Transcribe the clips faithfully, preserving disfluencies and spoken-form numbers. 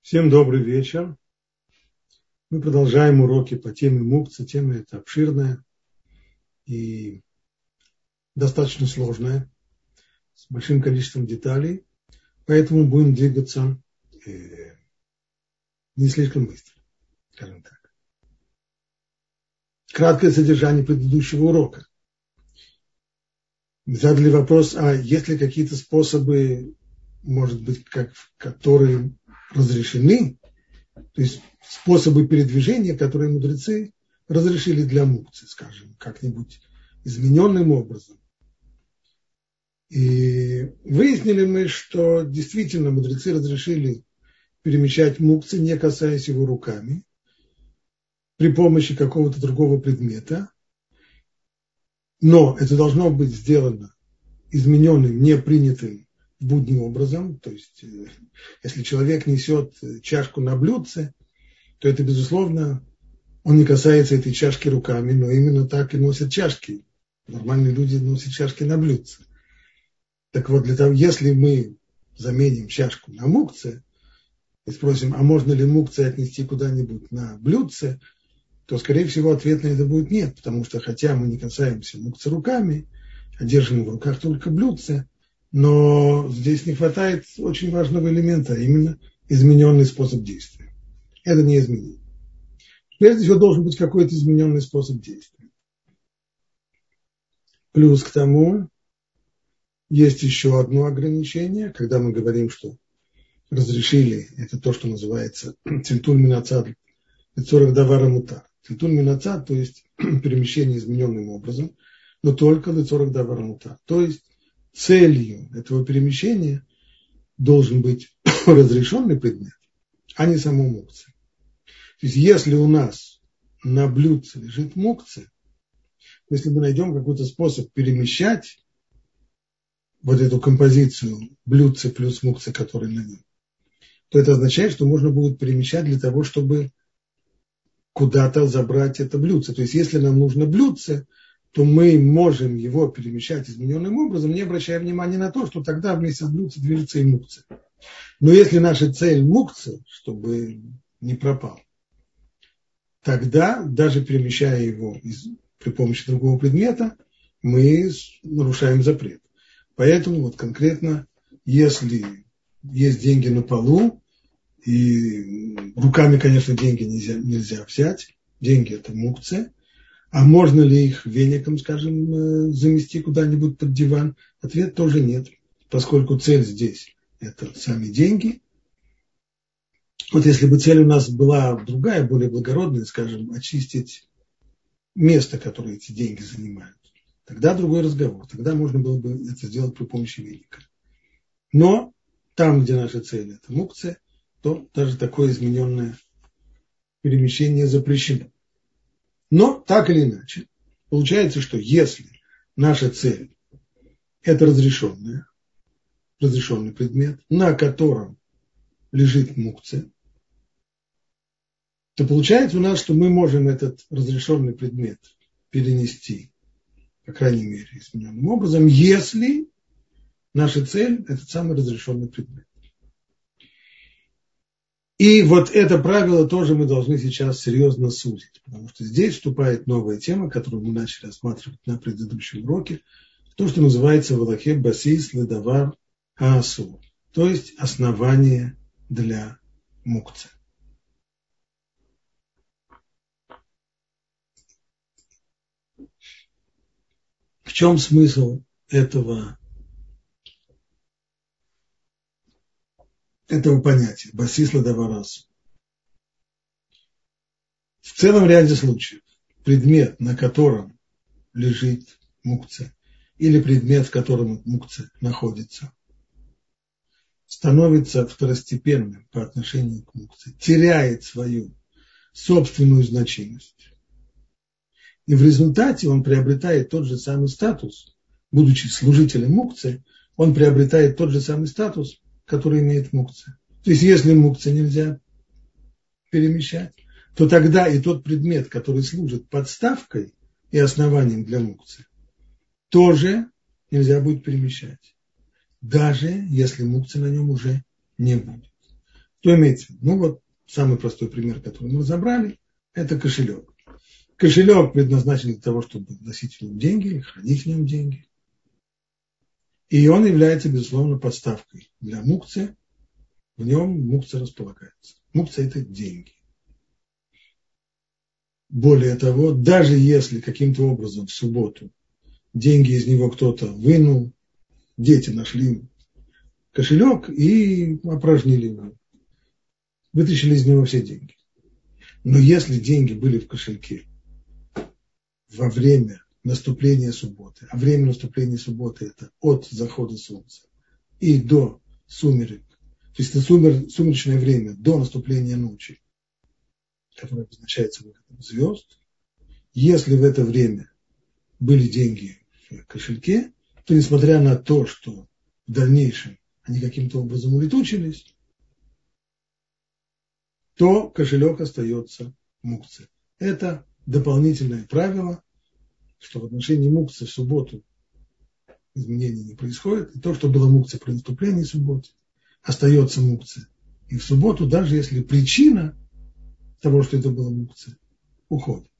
Всем добрый вечер. Мы продолжаем уроки по теме мукцы. Тема эта обширная и достаточно сложная, с большим количеством деталей, поэтому будем двигаться э, не слишком быстро, скажем так. Краткое содержание предыдущего урока. Задали вопрос, а есть ли какие-то способы, может быть, как, которые разрешены, то есть способы передвижения, которые мудрецы разрешили для мукцы, скажем, как-нибудь измененным образом. И выяснили мы, что действительно мудрецы разрешили перемещать мукцы, не касаясь его руками, при помощи какого-то другого предмета, но это должно быть сделано измененным, не принятым будним образом. То есть, если человек несет чашку на блюдце, то это, безусловно, он не касается этой чашки руками, но именно так и носят чашки. Нормальные люди носят чашки на блюдце. Так вот, для того, если мы заменим чашку на мукце и спросим, а можно ли мукце отнести куда-нибудь на блюдце, то, скорее всего, ответ на это будет нет, потому что, хотя мы не касаемся мукцы руками, а держим в руках только блюдце, но здесь не хватает очень важного элемента, а именно измененный способ действия. Это не изменение. Прежде всего, должен быть какой-то измененный способ действия. Плюс к тому, есть еще одно ограничение, когда мы говорим, что разрешили, это то, что называется цильтуль минацад, лецорах давара мутар. Цильтуль минацад, то есть перемещение измененным образом, но только лецорах давара мутар. То есть целью этого перемещения должен быть разрешенный предмет, а не само мукце. То есть если у нас на блюдце лежит мукце, если мы найдем какой-то способ перемещать вот эту композицию блюдце плюс мукце, который на нем, то это означает, что можно будет перемещать для того, чтобы куда-то забрать это блюдце. То есть если нам нужно блюдце, то мы можем его перемещать измененным образом, не обращая внимания на то, что тогда вместе с блюдцем движется и мукце. Но если наша цель мукце, чтобы не пропал, тогда, даже перемещая его из, при помощи другого предмета, мы нарушаем запрет. Поэтому вот конкретно, если есть деньги на полу, и руками, конечно, деньги нельзя, нельзя взять, деньги это мукце, а можно ли их веником, скажем, замести куда-нибудь под диван? Ответ тоже нет, поскольку цель здесь это сами деньги. Вот если бы цель у нас была другая, более благородная, скажем, очистить место, которое эти деньги занимают, тогда другой разговор. Тогда можно было бы это сделать при помощи веника. Но там, где наша цель это мукце, то даже такое измененное перемещение запрещено. Но так или иначе, получается, что если наша цель это разрешенная, разрешенный предмет, на котором лежит мукце, то получается у нас, что мы можем этот разрешенный предмет перенести, по крайней мере, измененным образом, если наша цель – этот самый разрешенный предмет. И вот это правило тоже мы должны сейчас серьезно сузить, потому что здесь вступает новая тема, которую мы начали рассматривать на предыдущем уроке, то, что называется в алахе басис ледавар хаасур, то есть основание для мукцы. В чем смысл этого, этого понятия басис ледавар хаасур? В целом ряде случаев предмет, на котором лежит мукце, или предмет, в котором мукце находится, становится второстепенным по отношению к мукце, теряет свою собственную значимость. И в результате он приобретает тот же самый статус, будучи служителем мукце, он приобретает тот же самый статус, который имеет мукце. То есть если мукце нельзя перемещать, то тогда и тот предмет, который служит подставкой и основанием для мукцы, тоже нельзя будет перемещать, даже если мукцы на нем уже не будет. Что имеется в виду? Ну вот самый простой пример, который мы разобрали, это кошелек. Кошелек предназначен для того, чтобы носить в нем деньги или хранить в нем деньги. И он является, безусловно, подставкой для мукцы. В нем мукца располагается. Мукца – это деньги. Более того, даже если каким-то образом в субботу деньги из него кто-то вынул, дети нашли кошелек и опорожнили его, вытащили из него все деньги. Но если деньги были в кошельке во время наступления субботы, а время наступления субботы – это от захода солнца и до сумерек, то есть на сумер, сумеречное время до наступления ночи, которое обозначается выходом звезд, если в это время были деньги в кошельке, то несмотря на то, что в дальнейшем они каким-то образом улетучились, то кошелек остается мукцей. Это дополнительное правило, что в отношении мукцы в субботу изменений не происходит. И то, что было мукцей при наступлении субботы, остается мукцей и в субботу, даже если причина того, что это было мукцей, уходит.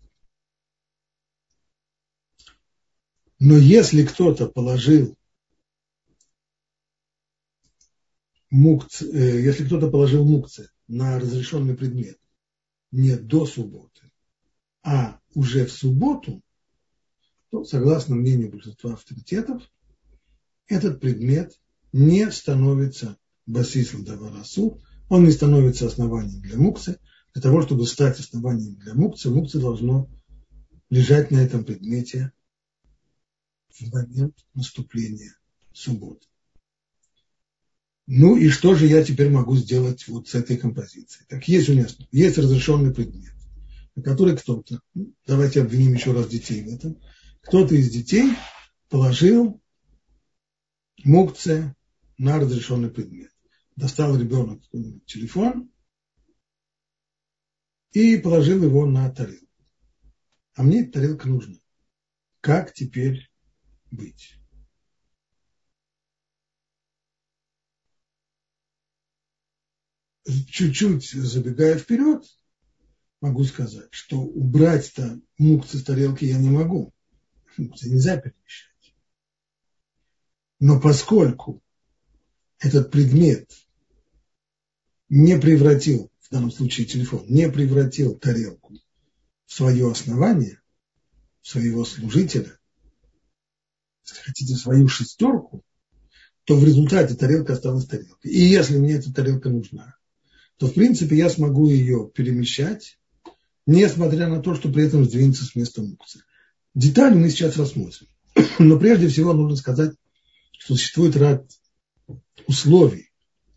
Но если кто-то положил мукцы, э, если кто-то положил мукцы на разрешенный предмет не до субботы, а уже в субботу, то, согласно мнению большинства авторитетов, этот предмет не становится басис ладавар асур, он не становится основанием для мукцы. Для того, чтобы стать основанием для мукцы, мукцы должно лежать на этом предмете в момент наступления субботы. Ну и что же я теперь могу сделать вот с этой композицией? Так есть у меня есть разрешенный предмет, на который кто-то, давайте обвиним еще раз детей в этом, кто-то из детей положил мукце на разрешенный предмет. Достал ребенок телефон и положил его на тарелку. А мне эта тарелка нужна. Как теперь быть? Чуть-чуть забегая вперед, могу сказать, что убрать-то мукцы с тарелки я не могу. Мукцы нельзя перемещать. Но поскольку этот предмет не превратил, в данном случае телефон, не превратил тарелку в свое основание, в своего служителя, если хотите, в свою шестерку, то в результате тарелка осталась тарелкой. И если мне эта тарелка нужна, то в принципе я смогу ее перемещать, несмотря на то, что при этом сдвинется с места мукцы. Детали мы сейчас рассмотрим. Но прежде всего нужно сказать, что существует ряд условий,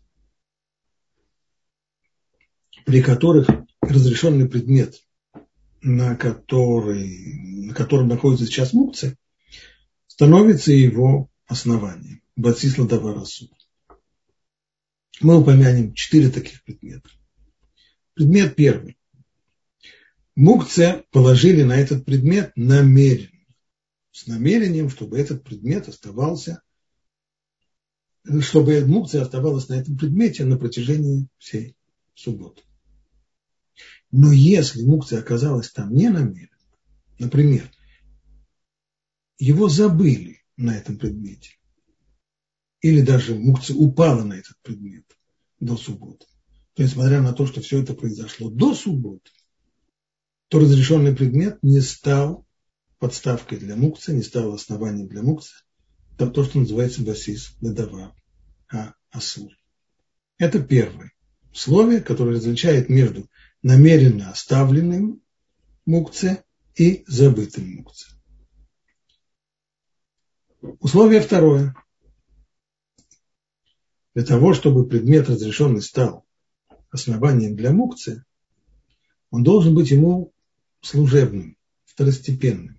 при которых разрешенный предмет, на, который, на котором находится сейчас мукция, становится его основанием. Басис ладавар асур. Мы упомянем четыре таких предмета. Предмет первый. Мукция положили на этот предмет намеренно. С намерением, чтобы этот предмет оставался, чтобы мукция оставалась на этом предмете на протяжении всей субботы. Но если мукция оказалась там не намеренно, например, его забыли на этом предмете, или даже мукция упала на этот предмет до субботы, то несмотря на то, что все это произошло до субботы, то разрешенный предмет не стал подставкой для мукцы, не стал основанием для мукцы, это то, что называется басис ладавар асур. Это первое условие, которое различает между намеренно оставленным мукце и забытым мукце. Условие второе. Для того, чтобы предмет разрешенный стал основанием для мукцы, он должен быть ему служебным, второстепенным.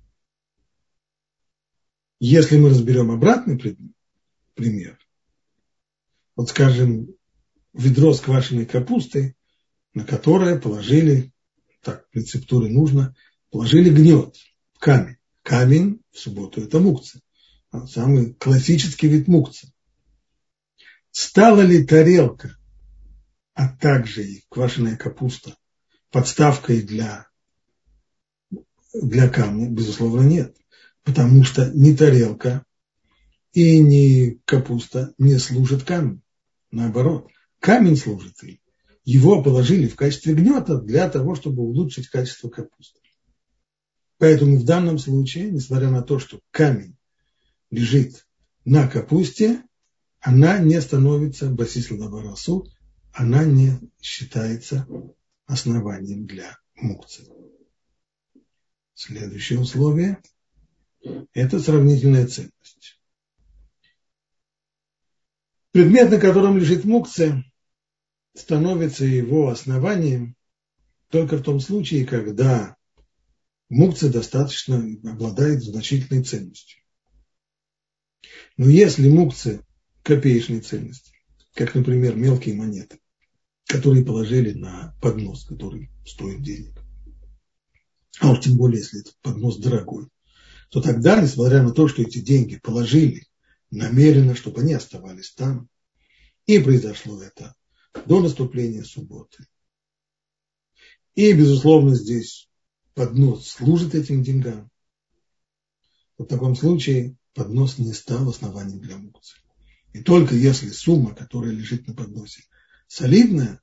Если мы разберем обратный пример, вот скажем, ведро с квашеной капустой, на которое положили, так, в рецептуре нужно, положили гнет, камень. Камень в субботу – это мукция, самый классический вид мукции. Стала ли тарелка а также и квашеная капуста подставкой для, для камня, безусловно, нет. Потому что ни тарелка и ни капуста не служат камню. Наоборот, камень служит им. Его положили в качестве гнета для того, чтобы улучшить качество капусты. Поэтому в данном случае, несмотря на то, что камень лежит на капусте, она не становится басис ладавар асур, она не считается основанием для мукцы. Следующее условие – это сравнительная ценность. Предмет, на котором лежит мукция, становится его основанием только в том случае, когда мукция достаточно обладает значительной ценностью. Но если мукция копеечной ценности, как, например, мелкие монеты, которые положили на поднос, который стоит денег, а уж тем более, если этот поднос дорогой, то тогда, несмотря на то, что эти деньги положили намеренно, чтобы они оставались там, и произошло это до наступления субботы, и, безусловно, здесь поднос служит этим деньгам, в таком случае поднос не стал основанием для мукции. И только если сумма, которая лежит на подносе, солидная,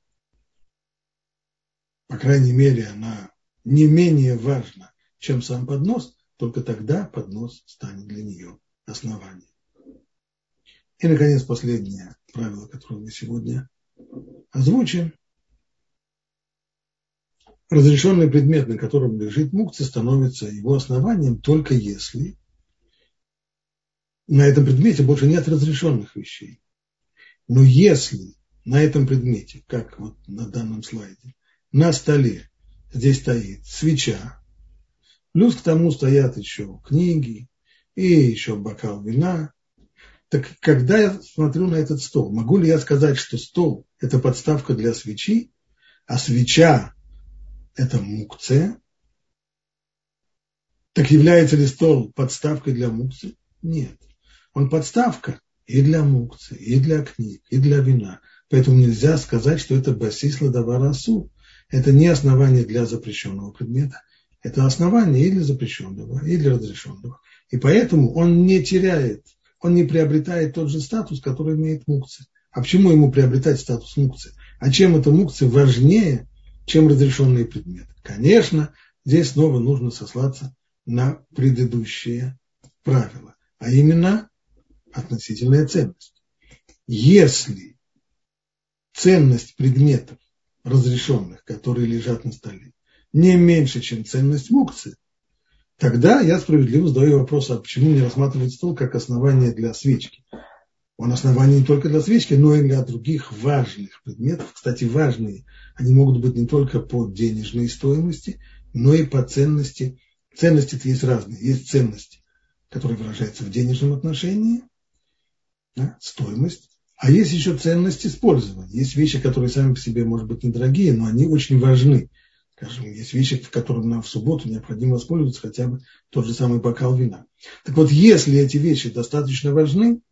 по крайней мере, она не менее важна, чем сам поднос, только тогда поднос станет для нее основанием. И, наконец, последнее правило, которое мы сегодня озвучим. Разрешенный предмет, на котором лежит мукция, становится его основанием только если на этом предмете больше нет разрешенных вещей. Но если на этом предмете, как вот на данном слайде, на столе здесь стоит свеча, плюс к тому стоят еще книги и еще бокал вина, так когда я смотрю на этот стол, могу ли я сказать, что стол – это подставка для свечи, а свеча – это мукция? Так является ли стол подставкой для мукции? Нет. Он подставка и для мукции, и для книг, и для вина. Поэтому нельзя сказать, что это басис ладавар асур. Это не основание для запрещенного предмета. Это основание и для запрещенного, и для разрешенного. И поэтому он не теряет, он не приобретает тот же статус, который имеет мукция. А почему ему приобретать статус мукции? А чем эта мукция важнее, чем разрешенные предметы? Конечно, здесь снова нужно сослаться на предыдущие правила. А именно относительная ценность. Если ценность предметов разрешенных, которые лежат на столе, не меньше, чем ценность мукции, тогда я справедливо задаю вопрос, а почему не рассматривать стол как основание для свечки? Он основание не только для свечки, но и для других важных предметов. Кстати, важные, они могут быть не только по денежной стоимости, но и по ценности. Ценности-то есть разные. Есть ценности, которые выражаются в денежном отношении, да, стоимость. А есть еще ценность использования. Есть вещи, которые сами по себе, может быть, недорогие, но они очень важны. Скажем, есть вещи, в которых нам в субботу необходимо воспользоваться хотя бы тот же самый бокал вина. Так вот, если эти вещи достаточно важны,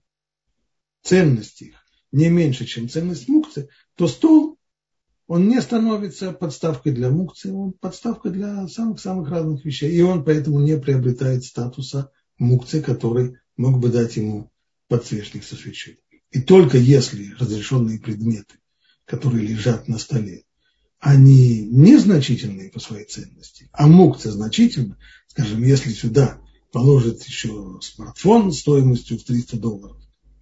ценность их не меньше, чем ценность мукции, то стол, он не становится подставкой для мукции, он подставка для самых-самых разных вещей. И он поэтому не приобретает статуса мукции, который мог бы дать ему подсвечник со свечой. И только если разрешенные предметы, которые лежат на столе, они незначительные по своей ценности, а мукция значительна, скажем, если сюда положат еще смартфон стоимостью в триста долларов,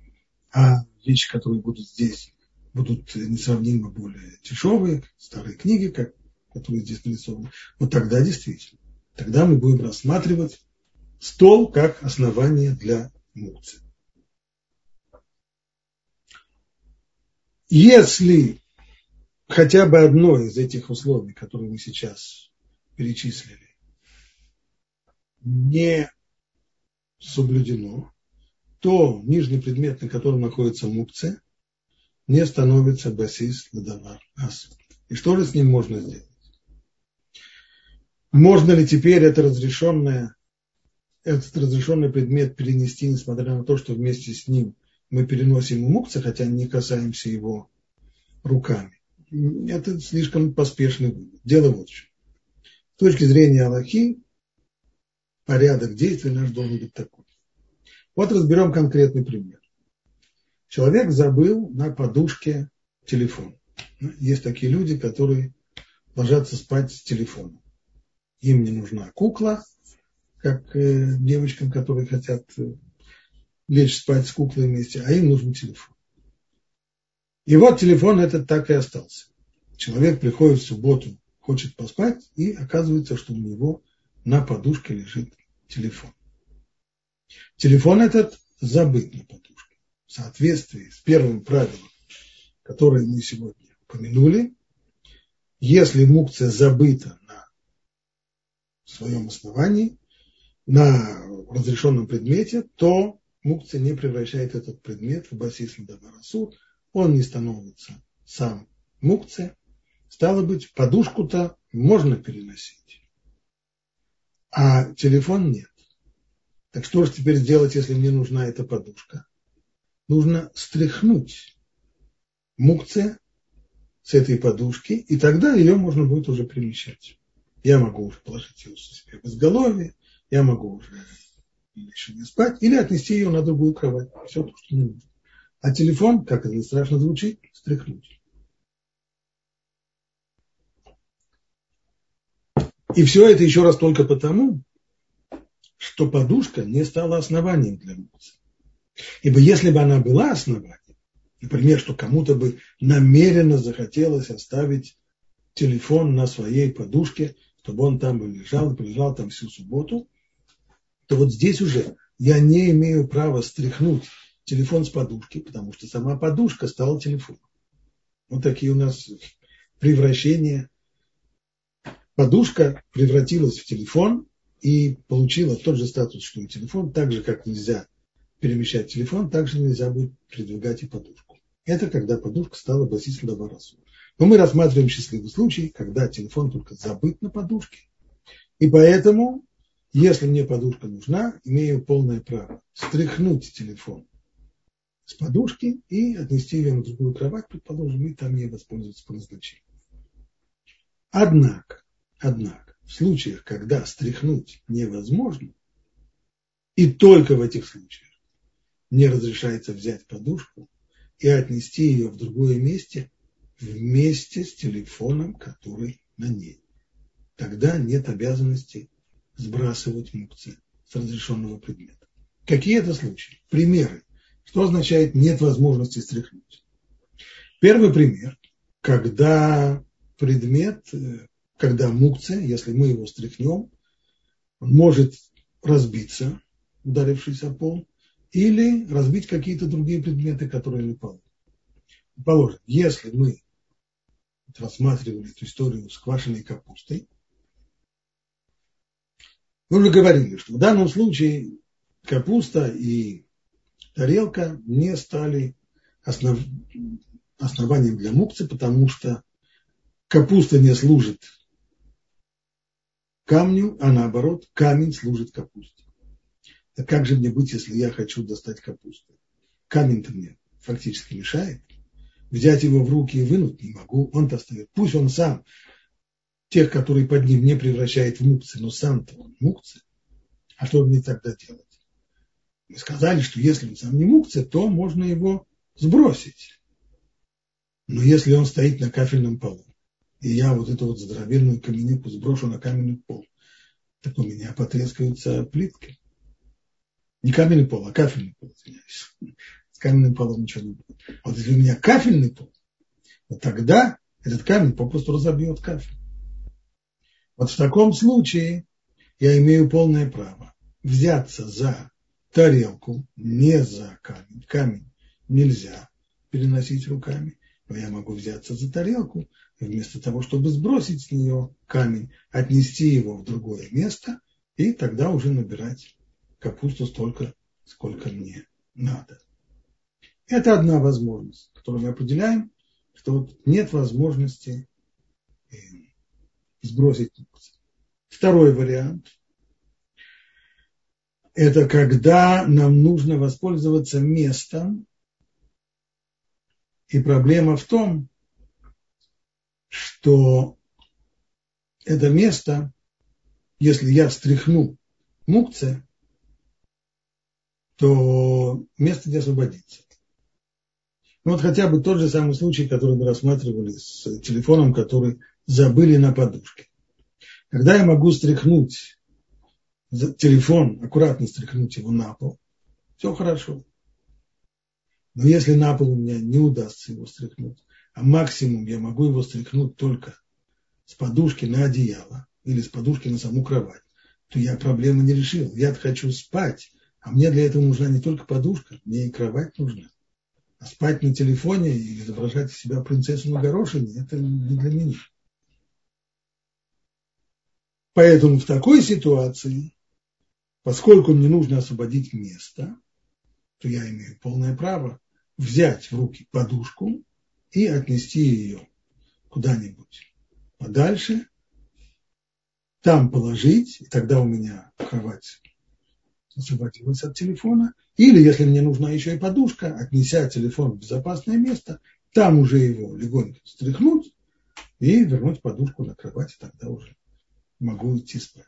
а вещи, которые будут здесь, будут несравнимо более дешевые, старые книги, как, которые здесь нарисованы, вот тогда действительно, тогда мы будем рассматривать стол как основание для мукции. Если хотя бы одно из этих условий, которые мы сейчас перечислили, не соблюдено, то нижний предмет, на котором находится мукция, не становится басис ладавар асур. И что же с ним можно сделать? Можно ли теперь это разрешенное, этот разрешенный предмет перенести, несмотря на то, что вместе с ним мы переносим и мукция, хотя не касаемся его руками? это слишком поспешный вывод. Дело вот в чем. С точки зрения алахи, порядок действий наш должен быть такой. Вот разберем конкретный пример. Человек забыл на подушке телефон. Есть такие люди, которые ложатся спать с телефоном. Им не нужна кукла, как э, девочкам, которые хотят э, лечь спать с куклой вместе, а им нужен телефон. И вот телефон этот так и остался. Человек приходит в субботу, хочет поспать, и оказывается, что у него на подушке лежит телефон. Телефон этот забыт на подушке. В соответствии с первым правилом, которое мы сегодня упомянули, если мукция забыта на своем основании, на разрешенном предмете, то мукция не превращает этот предмет в басис ледавар асур, он не становится сам мукция. Стало быть, подушку-то можно переносить, а телефон нет. Так что же теперь сделать, если мне нужна эта подушка? Нужно стряхнуть мукция с этой подушки, и тогда ее можно будет уже перемещать. Я могу уже положить ее себе в изголовье, я могу уже еще не спать, или отнести ее на другую кровать. Все то, что мне нужно. А телефон, как это не страшно звучит, стряхнуть. И все это еще раз только потому, что подушка не стала основанием для мукции. Ибо если бы она была основанием, например, что кому-то бы намеренно захотелось оставить телефон на своей подушке, чтобы он там бы лежал и пролежал там всю субботу, то вот здесь уже я не имею права стряхнуть телефон с подушки, потому что сама подушка стала телефоном. Вот такие у нас превращения. Подушка превратилась в телефон и получила тот же статус, что и телефон. Так же, как нельзя перемещать телефон, так же нельзя будет передвигать и подушку. Это когда подушка стала басис ледавар асур. Но мы рассматриваем счастливый случай, когда телефон только забыт на подушке. И поэтому, если мне подушка нужна, имею полное право стряхнуть телефон с подушки и отнести ее на другую кровать, предположим, и там ей воспользоваться по назначению. Однако, однако, в случаях, когда стряхнуть невозможно, и только в этих случаях мне разрешается взять подушку и отнести ее в другое место вместе с телефоном, который на ней. Тогда нет обязанности сбрасывать мукции с разрешенного предмета. Какие это случаи? Примеры. Что означает нет возможности стряхнуть? Первый пример, когда предмет, когда мукция, если мы его стряхнем, он может разбиться, ударившись о пол, или разбить какие-то другие предметы, которые на полу. Положим, если мы рассматривали эту историю с квашеной капустой, мы уже говорили, что в данном случае капуста и тарелка не стали основ... основанием для мукции, потому что капуста не служит камню, а наоборот, камень служит капусте. Так как же мне быть, если я хочу достать капусту? Камень-то мне фактически мешает. Взять его в руки и вынуть не могу, он-то остается. Пусть он сам, тех, которые под ним, не превращает в мукцы, но сам-то он мукцы. А что мне тогда делать? Мы сказали, что если он сам не мукцы, то можно его сбросить. Но если он стоит на кафельном полу, и я вот эту вот здоровенную каменюку сброшу на каменный пол, так у меня потрескаются плитки. Не каменный пол, а кафельный пол, извиняюсь. С каменным полом ничего не будет. Вот если у меня кафельный пол, то тогда этот камень попросту разобьет кафель. Вот в таком случае я имею полное право взяться за тарелку, не за камень. Камень нельзя переносить руками, но я могу взяться за тарелку и вместо того, чтобы сбросить с нее камень, отнести его в другое место и тогда уже набирать капусту столько, сколько мне надо. Это одна возможность, которую мы определяем, что вот нет возможности сбросить мукцию. Второй вариант – это когда нам нужно воспользоваться местом, и проблема в том, что это место, если я встряхну мукце, то место не освободится. Ну, вот хотя бы тот же самый случай, который мы рассматривали с телефоном, который забыли на подушке. Когда я могу стряхнуть телефон, аккуратно стряхнуть его на пол, все хорошо. Но если на пол у меня не удастся его стряхнуть, а максимум я могу его стряхнуть только с подушки на одеяло или с подушки на саму кровать, то я проблему не решил. Я хочу спать, а мне для этого нужна не только подушка, мне и кровать нужна. А спать на телефоне и изображать из себя принцессу на горошине – это не для меня. Поэтому в такой ситуации, поскольку мне нужно освободить место, то я имею полное право взять в руки подушку и отнести ее куда-нибудь подальше, там положить, и тогда у меня кровать освободилась от телефона. Или, если мне нужна еще и подушка, отнеся телефон в безопасное место, там уже его легонько стряхнуть и вернуть подушку на кровать, и тогда уже могу идти спать.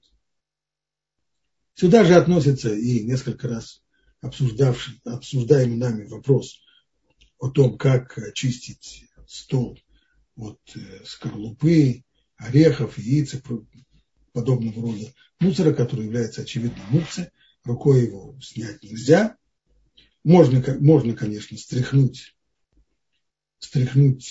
Сюда же относится и несколько раз обсуждавший, обсуждаемый нами вопрос о том, как очистить стол от скорлупы, орехов, яиц и подобного рода мусора, который является очевидно мукце. Рукой его снять нельзя. Можно, можно конечно, стряхнуть, стряхнуть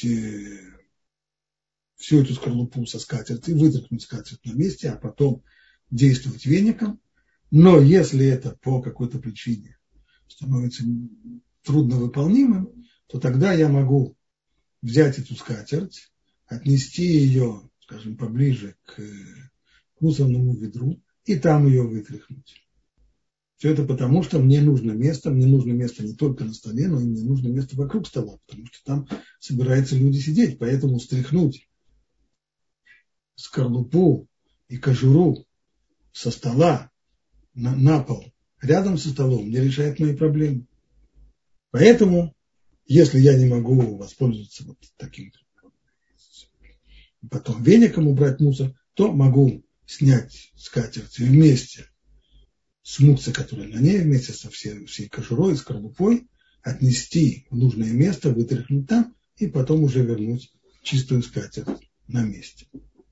всю эту скорлупу со скатерти, вытряхнуть скатерть на месте, а потом действовать веником. Но если это по какой-то причине становится трудновыполнимым, то тогда я могу взять эту скатерть, отнести ее, скажем, поближе к мусорному ведру и там ее вытряхнуть. Все это потому, что мне нужно место, мне нужно место не только на столе, но и мне нужно место вокруг стола, потому что там собираются люди сидеть. Поэтому стряхнуть скорлупу и кожуру со стола на, на пол рядом со столом не решает мои проблемы. Поэтому, если я не могу воспользоваться вот таким потом веником убрать мусор, то могу снять скатерть вместе с мукцей, которая на ней, вместе со всей, всей кожурой и скорлупой, отнести в нужное место, вытряхнуть там и потом уже вернуть чистую скатерть на месте.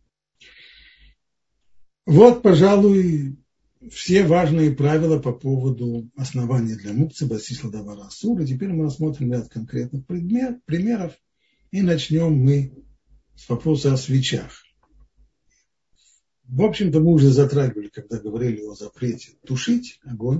Вот, пожалуй, все важные правила по поводу основания для мукцы басисла давара асур. И теперь мы рассмотрим ряд конкретных предмет, примеров и начнем мы с вопроса о свечах. В общем-то, мы уже затрагивали, когда говорили о запрете тушить огонь.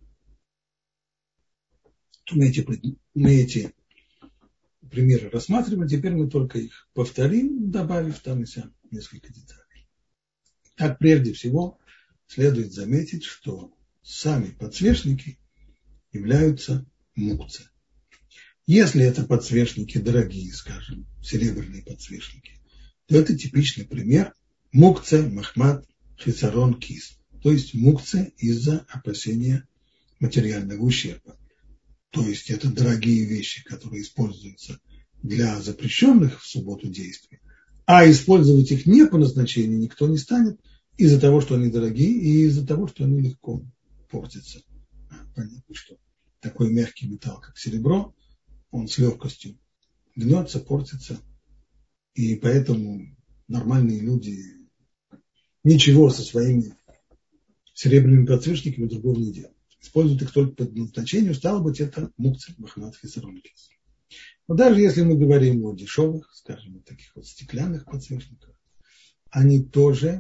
Мы эти, мы эти примеры рассматривали, теперь мы только их повторим, добавив там и сям несколько деталей. Так, прежде всего, следует заметить, что сами подсвечники являются мукце. Если это подсвечники дорогие, скажем, серебряные подсвечники, то это типичный пример мукце, махмат, хисарон, кис. То есть мукце из-за опасения материального ущерба. То есть это дорогие вещи, которые используются для запрещенных в субботу действий, а использовать их не по назначению никто не станет из-за того, что они дорогие и из-за того, что они легко портятся. Понятно, что такой мягкий металл, как серебро, он с легкостью гнется, портится, и поэтому нормальные люди ничего со своими серебряными подсвечниками другого не делают. Используют их только по назначению, стало быть, это мукце, махмат, хисарон, кис. Но даже если мы говорим о дешевых, скажем, вот таких вот стеклянных подсвечниках, они тоже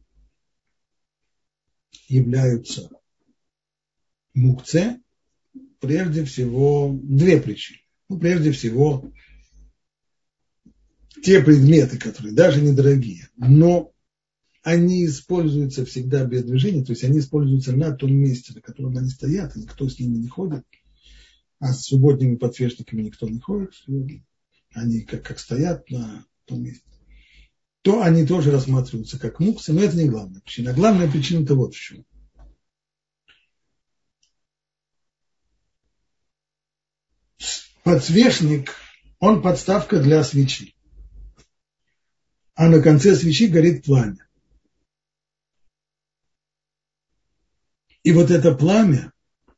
являются мукце, прежде всего, две причины. Ну, прежде всего, те предметы, которые даже недорогие, но они используются всегда без движения, то есть они используются на том месте, на котором они стоят, и никто с ними не ходит, а с субботними подсвечниками никто не ходит, они как, как стоят на том месте, то они тоже рассматриваются как муксы, но это не главная причина. Главная причина-то вот в чем. Подсвечник, он подставка для свечи. а на конце свечи горит пламя. И вот это пламя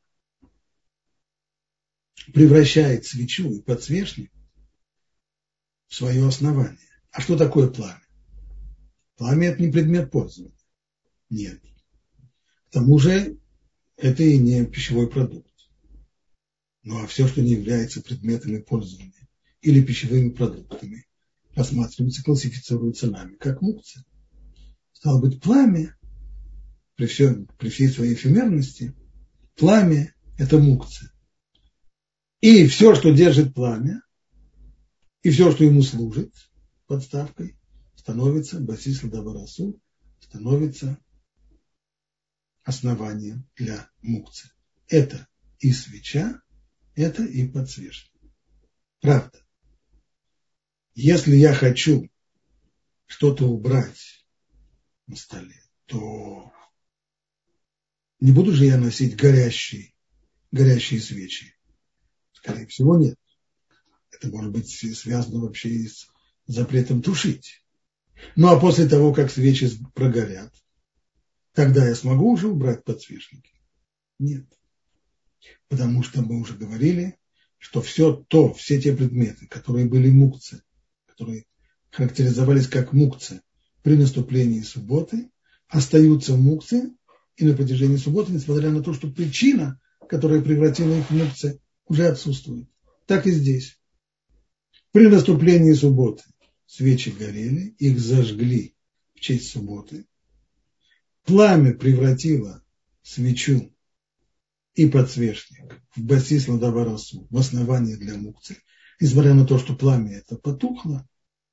превращает свечу и подсвечник в свое основание. А что такое пламя? Пламя – это не предмет пользования. Нет. К тому же это и не пищевой продукт. Ну а все, что не является предметами пользования или пищевыми продуктами, рассматривается, классифицируется нами как мукция. Стало быть, пламя, при, всем, при всей своей эфемерности, пламя – это мукция. И все, что держит пламя, и все, что ему служит подставкой, становится, басис ладаварасу, становится основанием для мукции. Это и свеча, это и подсвечник. Правда. Если я хочу что-то убрать на столе, то не буду же я носить горящие, горящие свечи. Скорее всего, нет. Это может быть связано вообще и с запретом тушить. Ну а после того, как свечи прогорят, тогда я смогу уже убрать подсвечники? Нет. Потому что мы уже говорили, что все то, все те предметы, которые были мукцы, которые характеризовались как мукцы при наступлении субботы, остаются мукцы и на протяжении субботы, несмотря на то, что причина, которая превратила их в мукцы, уже отсутствует. Так и здесь. При наступлении субботы свечи горели, их зажгли в честь субботы. Пламя превратило свечу и подсвечник в басис ладаварасу, в основание для мукцы. Несмотря на то, что пламя это потухло,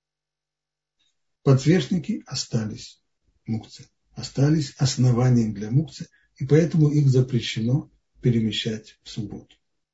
подсвечники остались мукцы, остались основанием для мукцы, и поэтому их запрещено перемещать в субботу.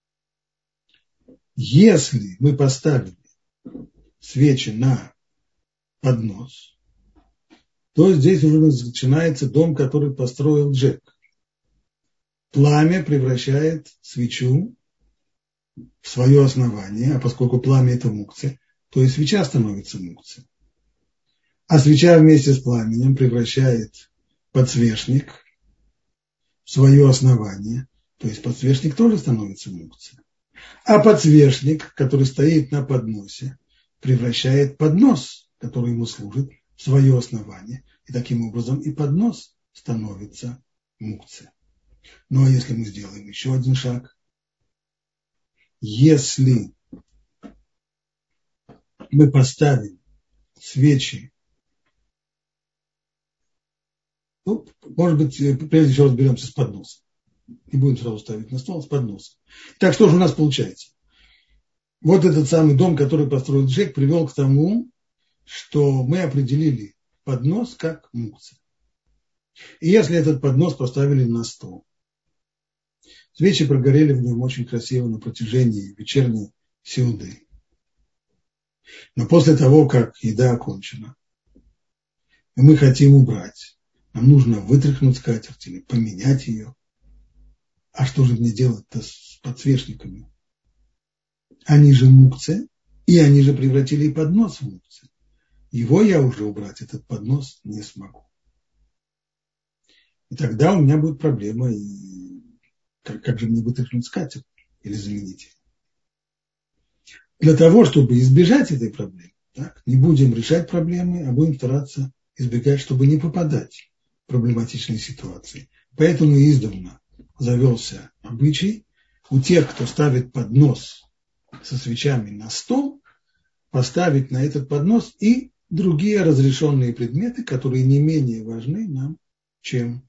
Если мы поставили свечи на поднос, то здесь уже начинается дом, который построил Джек. Пламя превращает свечу в свое основание, а поскольку пламя это мукция, то и свеча становится мукцией. А свеча вместе с пламенем превращает подсвечник в свое основание, то есть подсвечник тоже становится мукцией. А подсвечник, который стоит на подносе, превращает поднос, который ему служит, в свое основание. И таким образом и поднос становится мукцией. Ну а если мы сделаем еще один шаг, если мы поставим свечи, ну, может быть, прежде всего разберемся с подносом. Не будем сразу ставить на стол, с подносом. Так что же у нас получается? Вот этот самый дом, который построил Джек, привел к тому, что мы определили поднос как мукция. И если этот поднос поставили на стол, свечи прогорели в нем очень красиво на протяжении вечерней сеуды. Но после того, как еда окончена, и мы хотим убрать, нам нужно вытряхнуть скатерть или поменять ее. А что же мне делать-то с подсвечниками? Они же мукция, и они же превратили и поднос в мукцию. Его я уже убрать, этот поднос, не смогу. И тогда у меня будет проблема, и как, как же мне вытряхнуть скатерть или заменить ее? Для того, чтобы избежать этой проблемы, так, не будем решать проблемы, а будем стараться избегать, чтобы не попадать в проблематичные ситуации. Поэтому издавна завелся обычай у тех, кто ставит поднос со свечами на стол, поставить на этот поднос и другие разрешенные предметы, которые не менее важны нам, чем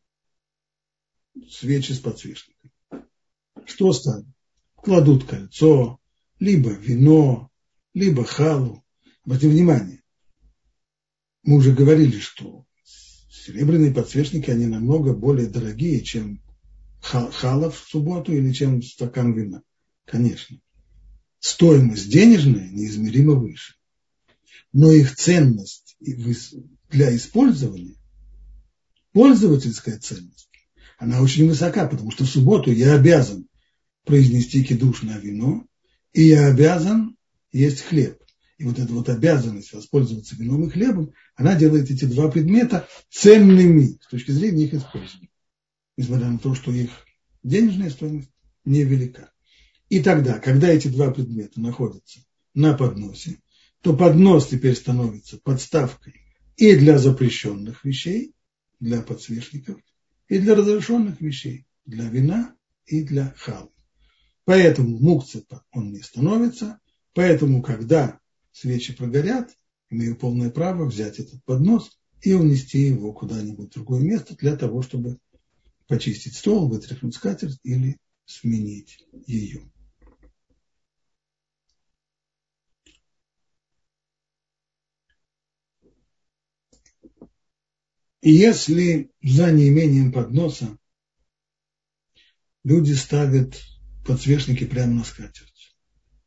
свечи с подсвечниками. Что ставят? Кладут кольцо, либо вино, либо халу. Обратите внимание, мы уже говорили, что серебряные подсвечники, они намного более дорогие, чем халов в субботу или чем стакан вина. Конечно. Стоимость денежная неизмеримо выше. Но их ценность для использования, пользовательская ценность, она очень высока, потому что в субботу я обязан произнести кидуш на вино, и я обязан есть хлеб. И вот эта вот обязанность воспользоваться вином и хлебом, она делает эти два предмета ценными с точки зрения их использования. Несмотря на то, что их денежная стоимость невелика. И тогда, когда эти два предмета находятся на подносе, то поднос теперь становится подставкой и для запрещенных вещей, для подсвечников, и для разрешенных вещей, для вина и для халы. Поэтому мукце он не становится, поэтому, когда свечи прогорят, имею полное право взять этот поднос и унести его куда-нибудь в другое место для того, чтобы почистить стол, вытряхнуть скатерть или сменить ее. И если за неимением подноса люди ставят подсвечники прямо на скатерть,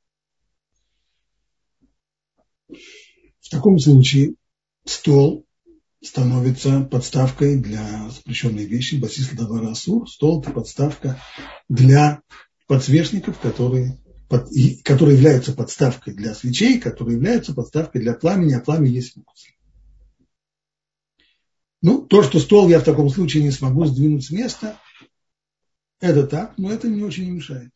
в таком случае стол становится подставкой для запрещенной вещи, басис ледавар асур. Стол – это подставка для подсвечников, которые, под, которые являются подставкой для свечей, которые являются подставкой для пламени, а пламя есть мукция. Ну, то, что стол я в таком случае не смогу сдвинуть с места, это так, но это не очень не мешает.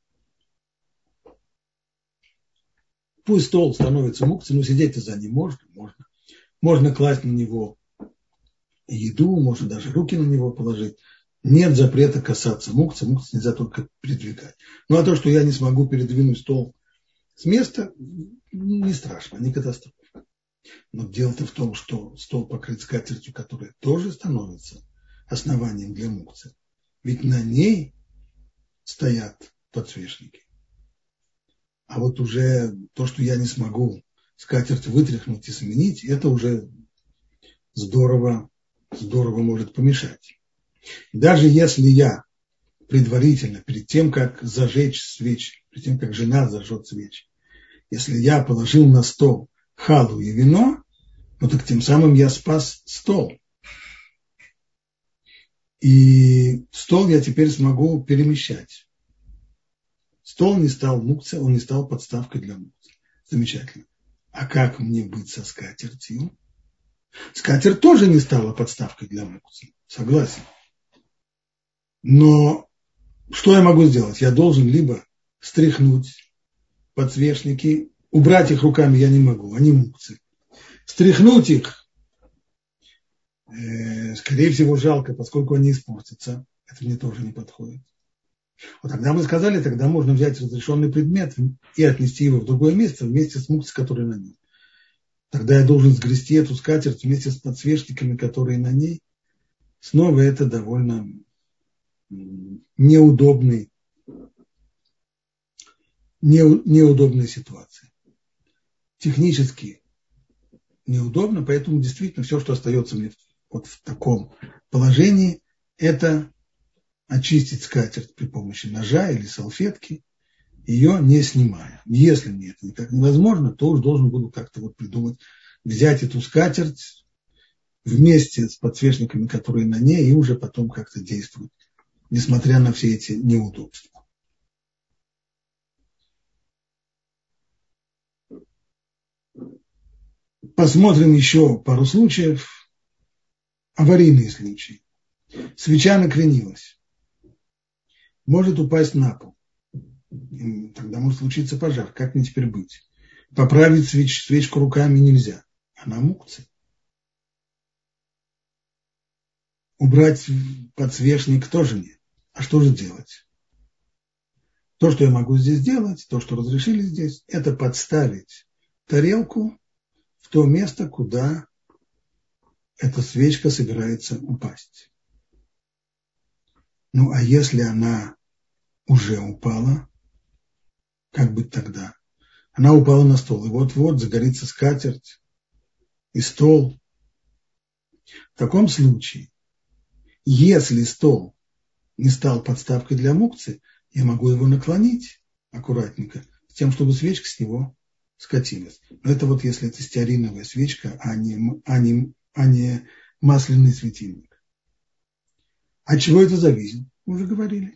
Пусть стол становится мукцией, но сидеть-то за ним можно, можно. Можно класть на него еду, можно даже руки на него положить. Нет запрета касаться мукцы, мукцы нельзя только передвигать. Ну, а то, что я не смогу передвинуть стол с места, не страшно, не катастрофа. Но дело-то в том, что стол покрыт скатертью, которая тоже становится основанием для мукцы. Ведь на ней стоят подсвечники. А вот уже то, что я не смогу скатерть вытряхнуть и сменить, это уже здорово, здорово может помешать. Даже если я предварительно, перед тем, как зажечь свечи, перед тем, как жена зажжет свечи, если я положил на стол халу и вино, ну так тем самым я спас стол. И стол я теперь смогу перемещать. Стол не стал мукцией, он не стал подставкой для мукции. Замечательно. А как мне быть со скатертью? Скатерть тоже не стала подставкой для мукции. Согласен. Но что я могу сделать? Я должен либо стряхнуть подсвечники, убрать их руками я не могу, они мукцы. Стряхнуть их, э, скорее всего, жалко, поскольку они испортятся. Это мне тоже не подходит. Вот тогда мы сказали, тогда можно взять разрешенный предмет и отнести его в другое место вместе с мукцией, которая на ней. Тогда я должен сгрести эту скатерть вместе с подсвечниками, которые на ней. Снова это довольно неудобный, не, неудобная ситуация. Технически неудобно, поэтому действительно все, что остается мне вот в таком положении, это очистить скатерть при помощи ножа или салфетки, ее не снимая. Если мне это никак невозможно, то уж должен буду как-то вот придумать, взять эту скатерть вместе с подсвечниками, которые на ней, и уже потом как-то действовать, несмотря на все эти неудобства. Посмотрим еще пару случаев. Аварийные случаи. Свеча накренилась. Может упасть на пол. И тогда может случиться пожар. Как мне теперь быть? Поправить свеч, свечку руками нельзя. Она мукция. Убрать подсвечник тоже нет. А что же делать? То, что я могу здесь делать, то, что разрешили здесь, это подставить тарелку в то место, куда эта свечка собирается упасть. Ну, а если она уже упала, как быть тогда? Она упала на стол, и вот-вот загорится скатерть и стол. В таком случае, если стол не стал подставкой для мукции, я могу его наклонить аккуратненько, с тем, чтобы свечка с него скатилась. Но это вот если это стеариновая свечка, а не, а не, а не масляный светильник. От чего это зависит? Мы уже говорили.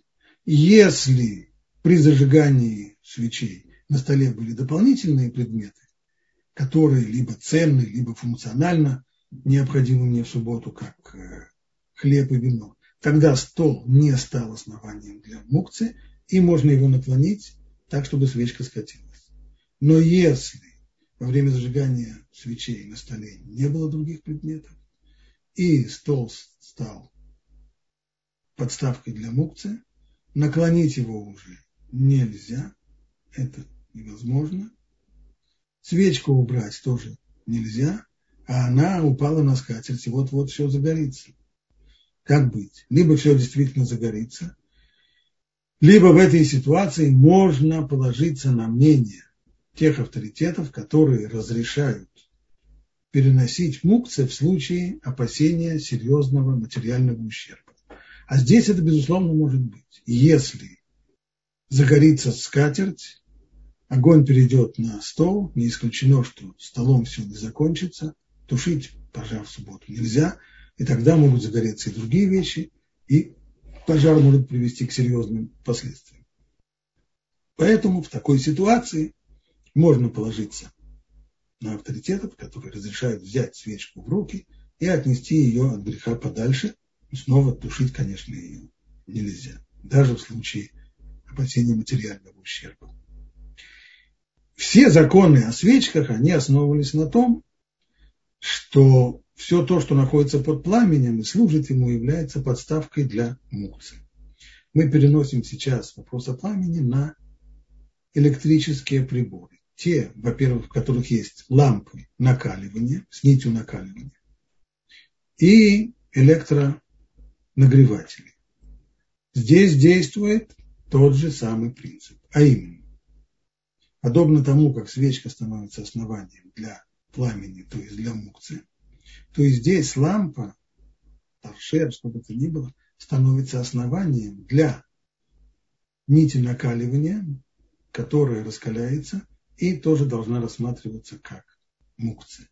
Если при зажигании свечей на столе были дополнительные предметы, которые либо ценны, либо функционально необходимы мне в субботу, как хлеб и вино, тогда стол не стал основанием для мукцы, и можно его наклонить так, чтобы свечка скатилась. Но если во время зажигания свечей на столе не было других предметов, и стол стал подставкой для мукцы, наклонить его уже нельзя, это невозможно. Свечку убрать тоже нельзя, а она упала на скатерть, и вот-вот все загорится. Как быть? Либо все действительно загорится, либо в этой ситуации можно положиться на мнение тех авторитетов, которые разрешают переносить мукцы в случае опасения серьезного материального ущерба. А здесь это, безусловно, может быть. Если загорится скатерть, огонь перейдет на стол, не исключено, что столом все не закончится, тушить пожар в субботу нельзя, и тогда могут загореться и другие вещи, и пожар может привести к серьезным последствиям. Поэтому в такой ситуации можно положиться на авторитетов, которые разрешают взять свечку в руки и отнести ее от греха подальше, и снова тушить, конечно, ее нельзя, даже в случае опасения материального ущерба. Все законы о свечках, они основывались на том, что все то, что находится под пламенем и служит ему, является подставкой для мукцы. Мы переносим сейчас вопрос о пламени на электрические приборы. Те, во-первых, в которых есть лампы накаливания, с нитью накаливания, и электронагреватели. Здесь действует тот же самый принцип, а именно, подобно тому, как свечка становится основанием для пламени, то есть для мукцы, то и здесь лампа, торшер, что бы то ни было, становится основанием для нити накаливания, которая раскаляется и тоже должна рассматриваться как мукция.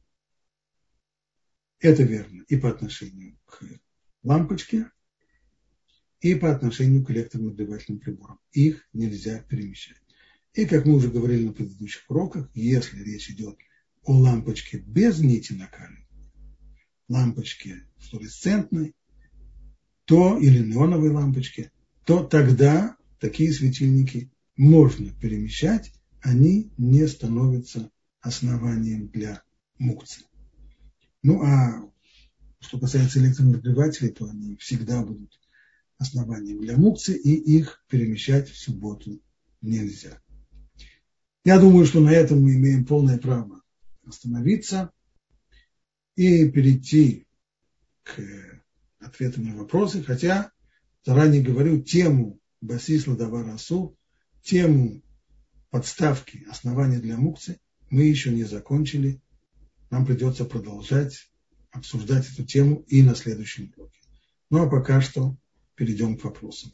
Это верно и по отношению к лампочке, и по отношению к электронагревательным приборам. Их нельзя перемещать. И, как мы уже говорили на предыдущих уроках, если речь идет о лампочке без нити накаливания, лампочке флуоресцентной, то или неоновой лампочке, то тогда такие светильники можно перемещать, они не становятся основанием для мукцы. Ну а что касается электронагревателей, то они всегда будут основанием для мукцы, и их перемещать в субботу нельзя. Я думаю, что на этом мы имеем полное право остановиться и перейти к ответам на вопросы, хотя, заранее говорю, тему басис ладавар асур, тему подставки, основания для мукцы мы еще не закончили. Нам придется продолжать обсуждать эту тему и на следующем уроке. Ну а пока что перейдем к вопросам.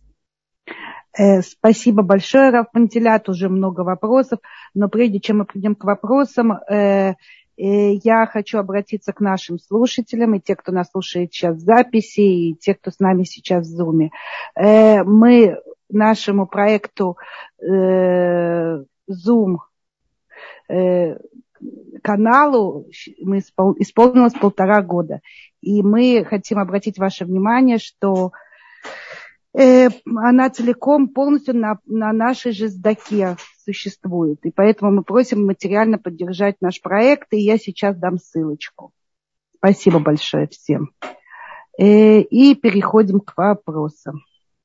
Спасибо большое, Рав Пантелят, уже много вопросов, но прежде чем мы придем к вопросам, э, э, я хочу обратиться к нашим слушателям, и те, кто нас слушает сейчас в записи, и те, кто с нами сейчас в Zoom. Э, мы нашему проекту э, Zoom э, каналу мы испол, исполнилось полтора года, и мы хотим обратить ваше внимание, что она целиком, полностью на, на нашей же сдаке существует. И поэтому мы просим материально поддержать наш проект, и я сейчас дам ссылочку. Спасибо большое всем. И переходим к вопросам.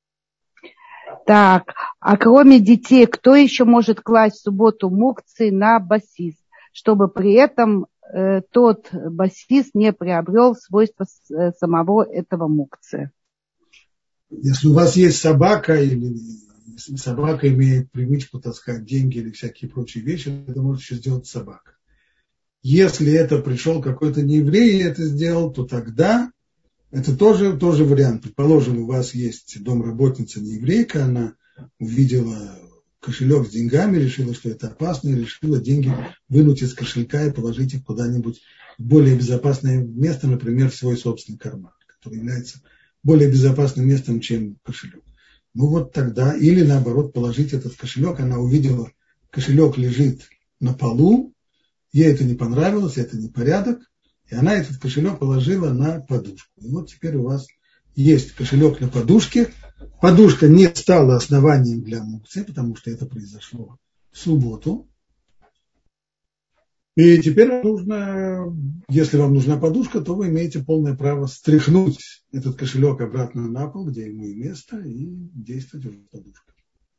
Так, а кроме детей, кто еще может класть в субботу мукцы на басис, чтобы при этом э, тот басис не приобрел свойства с, самого этого мукцы? Если у вас есть собака, или если собака имеет привычку таскать деньги или всякие прочие вещи, это может еще сделать собака. Если это пришел какой-то нееврей и это сделал, то тогда это тоже, тоже вариант. Предположим, у вас есть домработница нееврейка, она увидела кошелек с деньгами, решила, что это опасно, и решила деньги вынуть из кошелька и положить их куда-нибудь в более безопасное место, например, в свой собственный карман, который является более безопасным местом, чем кошелек. Ну вот тогда, или наоборот, положить этот кошелек, она увидела, кошелек лежит на полу, Ей это не понравилось, это не порядок, и она этот кошелек положила на подушку. И вот теперь у вас есть кошелек на подушке. Подушка не стала основанием для мукции, потому что это произошло в субботу. И теперь нужно, если вам нужна подушка, то вы имеете полное право стряхнуть этот кошелек обратно на пол, где ему и место, и действовать уже с подушкой.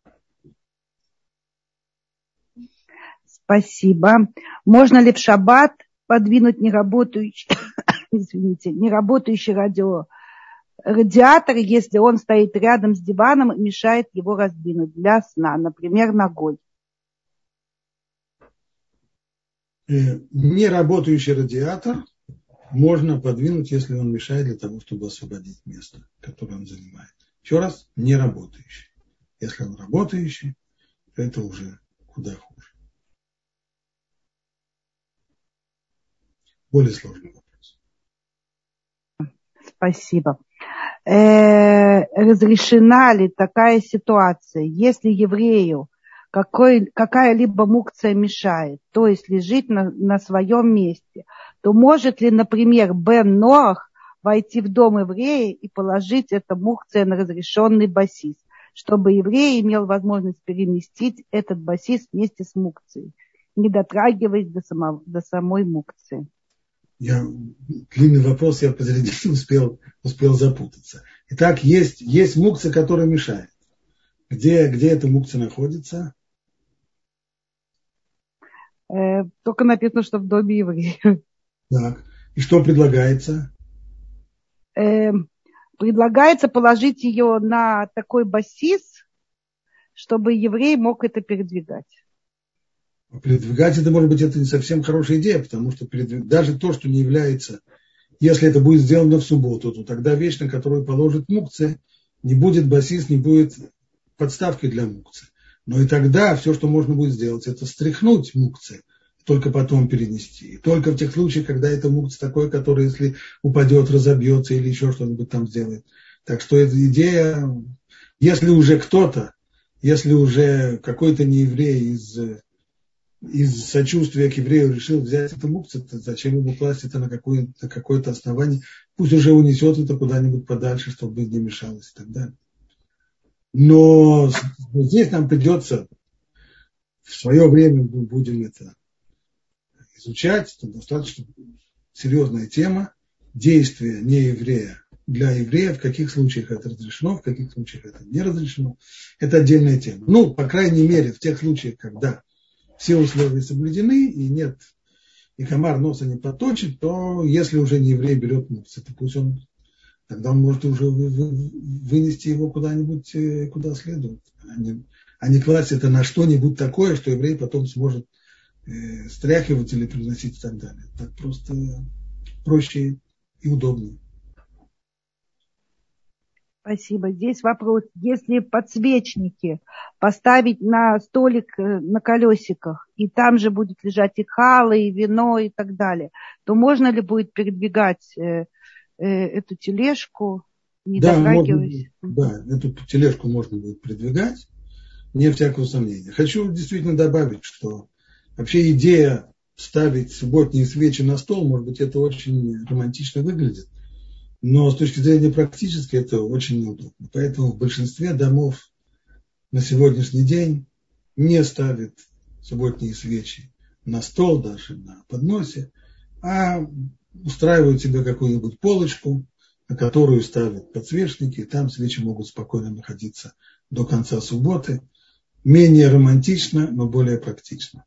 Спасибо. Можно ли в шаббат подвинуть неработающий, извините, неработающий радио, радиатор, если он стоит рядом с диваном и мешает его раздвинуть для сна, например, ногой? Неработающий радиатор можно подвинуть, если он мешает для того, чтобы освободить место, которое он занимает. Еще раз, неработающий. Если он работающий, то это уже куда хуже. Более сложный вопрос. Спасибо. Э, разрешена ли такая ситуация, если еврею какой, какая-либо мукция мешает, то есть лежит на, на своем месте, то может ли, например, Бен Ноах войти в дом еврея и положить эту мукцию на разрешенный басис, чтобы еврей имел возможность переместить этот басис вместе с мукцией, не дотрагиваясь до, само, до самой мукции? Я, длинный вопрос, я посередине успел, успел запутаться. Итак, есть, есть мукция, которая мешает. Где, где эта мукция находится? Э, только написано, что в доме еврея. Так. И что предлагается? Э, предлагается положить ее на такой басис, чтобы еврей мог это передвигать. Передвигать это, может быть, это не совсем хорошая идея, потому что передвиг... даже то, что не является, если это будет сделано в субботу, то тогда вещь, на которую положит мукция, не будет басис, не будет подставки для мукции. Но и тогда все, что можно будет сделать, это стряхнуть мукции, только потом перенести. И только в тех случаях, когда это мукция такой, который, если упадет, разобьется или еще что-нибудь там сделает. Так что эта идея, если уже кто-то, если уже какой-то нееврей из... из сочувствия к еврею решил взять эту мукцию, зачем ему класть это на, какое, на какое-то основание, пусть уже унесет это куда-нибудь подальше, чтобы не мешалось и так далее. Но здесь нам придется, в свое время мы будем это изучать, это достаточно серьезная тема, действия нееврея для еврея, в каких случаях это разрешено, в каких случаях это не разрешено, это отдельная тема. Ну, по крайней мере, в тех случаях, когда все условия соблюдены, и нет, и комар носа не поточит, то если уже не еврей берет мукцию, то пусть он, тогда он может уже вынести его куда-нибудь, куда следует, а не, а не класть это на что-нибудь такое, что еврей потом сможет э, стряхивать или приносить и так далее. Так просто проще и удобнее. Спасибо. Здесь вопрос. Если подсвечники поставить на столик на колесиках, и там же будет лежать и халы, и вино, и так далее, то можно ли будет передвигать э, э, эту тележку, не да, дотрагиваясь? Можно, да, эту тележку можно будет передвигать, не всякого сомнения. Хочу действительно добавить, что вообще идея ставить субботние свечи на стол, может быть, это очень романтично выглядит. Но с точки зрения практической это очень неудобно. Поэтому в большинстве домов на сегодняшний день не ставят субботние свечи на стол, даже на подносе, а устраивают себе какую-нибудь полочку, на которую ставят подсвечники, и там свечи могут спокойно находиться до конца субботы. Менее романтично, но более практично.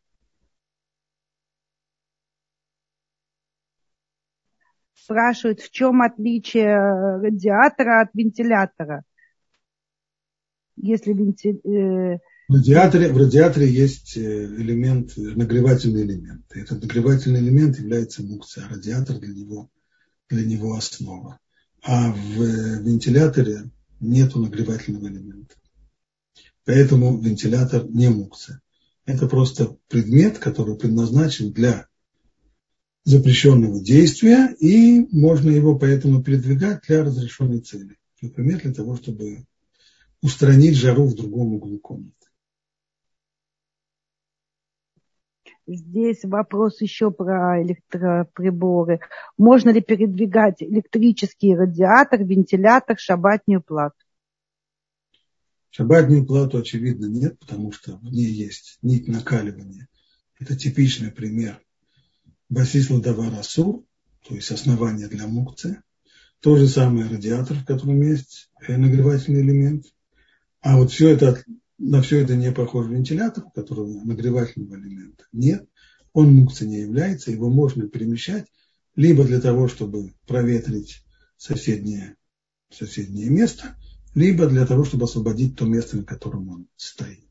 Спрашивают, в чем отличие радиатора от вентилятора? Если венти... в, радиаторе, в радиаторе есть элемент, нагревательный элемент. Этот нагревательный элемент является мукцией, а радиатор для него, для него основа. А в вентиляторе нет нагревательного элемента. Поэтому вентилятор не мукция. Это просто предмет, который предназначен для запрещенного действия, и можно его поэтому передвигать для разрешенной цели. Например, для того, чтобы устранить жару в другом углу комнаты. Здесь вопрос еще про электроприборы. Можно ли передвигать электрический радиатор, вентилятор, шаббатную плату? Шаббатную плату, очевидно, нет, потому что в ней есть нить накаливания. Это типичный пример басис ладавар асур, то есть основание для мукцы. То же самое радиатор, в котором есть нагревательный элемент. А вот все это, на все это не похож вентилятор, у которого нагревательного элемента нет. Он мукцией не является, его можно перемещать либо для того, чтобы проветрить соседнее, соседнее место, либо для того, чтобы освободить то место, на котором он стоит.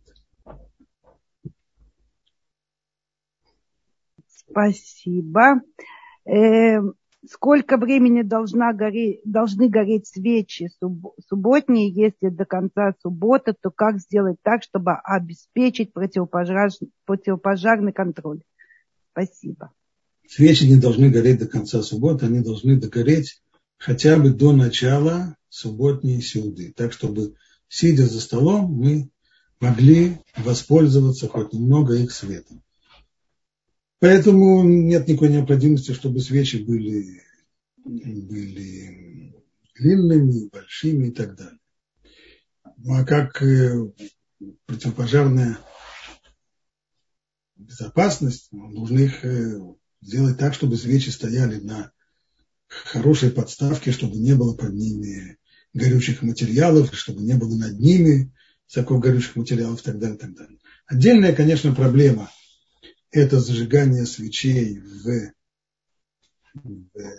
Спасибо. Э, сколько времени должна гореть, должны гореть свечи суб, субботние, если до конца субботы, то как сделать так, чтобы обеспечить противопожар, противопожарный контроль? Спасибо. Свечи не должны гореть до конца субботы, они должны догореть хотя бы до начала субботней сеуды, так чтобы, сидя за столом, мы могли воспользоваться хоть немного их светом. Поэтому нет никакой необходимости, чтобы свечи были, были длинными, большими и так далее. Ну а как противопожарная безопасность, нужно их сделать так, чтобы свечи стояли на хорошей подставке, чтобы не было под ними горючих материалов, чтобы не было над ними всяких горючих материалов и так далее, и так далее. Отдельная, конечно, проблема – это зажигание свечей в, в,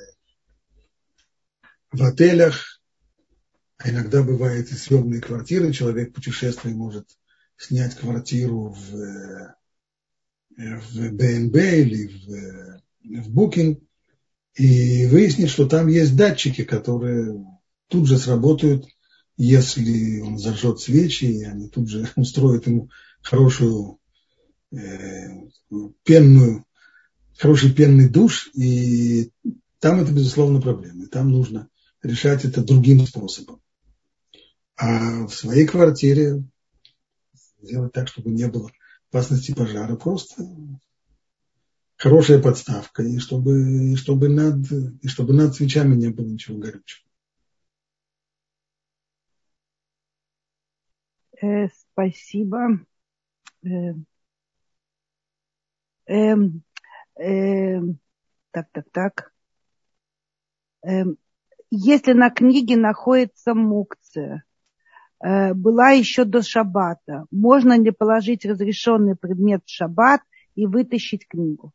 в отелях. А иногда бывает и съемные квартиры. Человек, путешествуя, может снять квартиру в, в бэ эн бэ или в, в Booking и выяснить, что там есть датчики, которые тут же сработают, если он зажжет свечи, и они тут же устроят ему хорошую э, пенную, хороший пенный душ, и там это, безусловно, проблема. И там нужно решать это другим способом. А в своей квартире сделать так, чтобы не было опасности пожара, просто хорошая подставка, и чтобы, и чтобы, над, и чтобы над свечами не было ничего горючего. Э, спасибо. Э, э, э, так, так, так. Э, если на книге находится мукция, э, была еще до шаббата, можно ли положить разрешенный предмет в шаббат и вытащить книгу?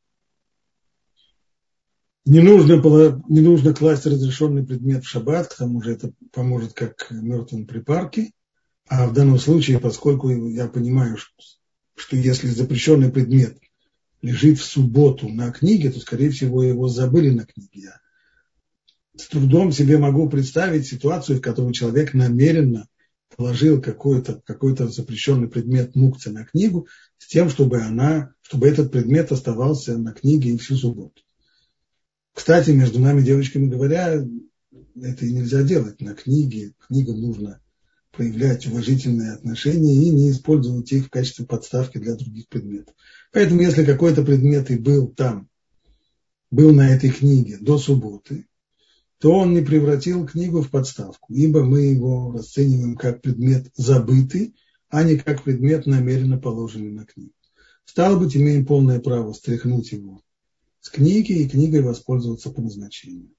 Не нужно, не нужно класть разрешенный предмет в шаббат, к тому же это поможет как мертвым припарке. А в данном случае, поскольку я понимаю, что, что если запрещенный предмет лежит в субботу на книге, то, скорее всего, его забыли на книге. Я с трудом себе могу представить ситуацию, в которой человек намеренно положил какой-то, какой-то запрещенный предмет мукцы на книгу с тем, чтобы, она, чтобы этот предмет оставался на книге и всю субботу. Кстати, между нами, девочками говоря, это и нельзя делать на книге. Книгам нужно проявлять уважительные отношения и не использовать их в качестве подставки для других предметов. Поэтому, если какой-то предмет и был там, был на этой книге до субботы, то он не превратил книгу в подставку, ибо мы его расцениваем как предмет забытый, а не как предмет намеренно положенный на книгу. Стало быть, имеем полное право стряхнуть его с книги и книгой воспользоваться по назначению.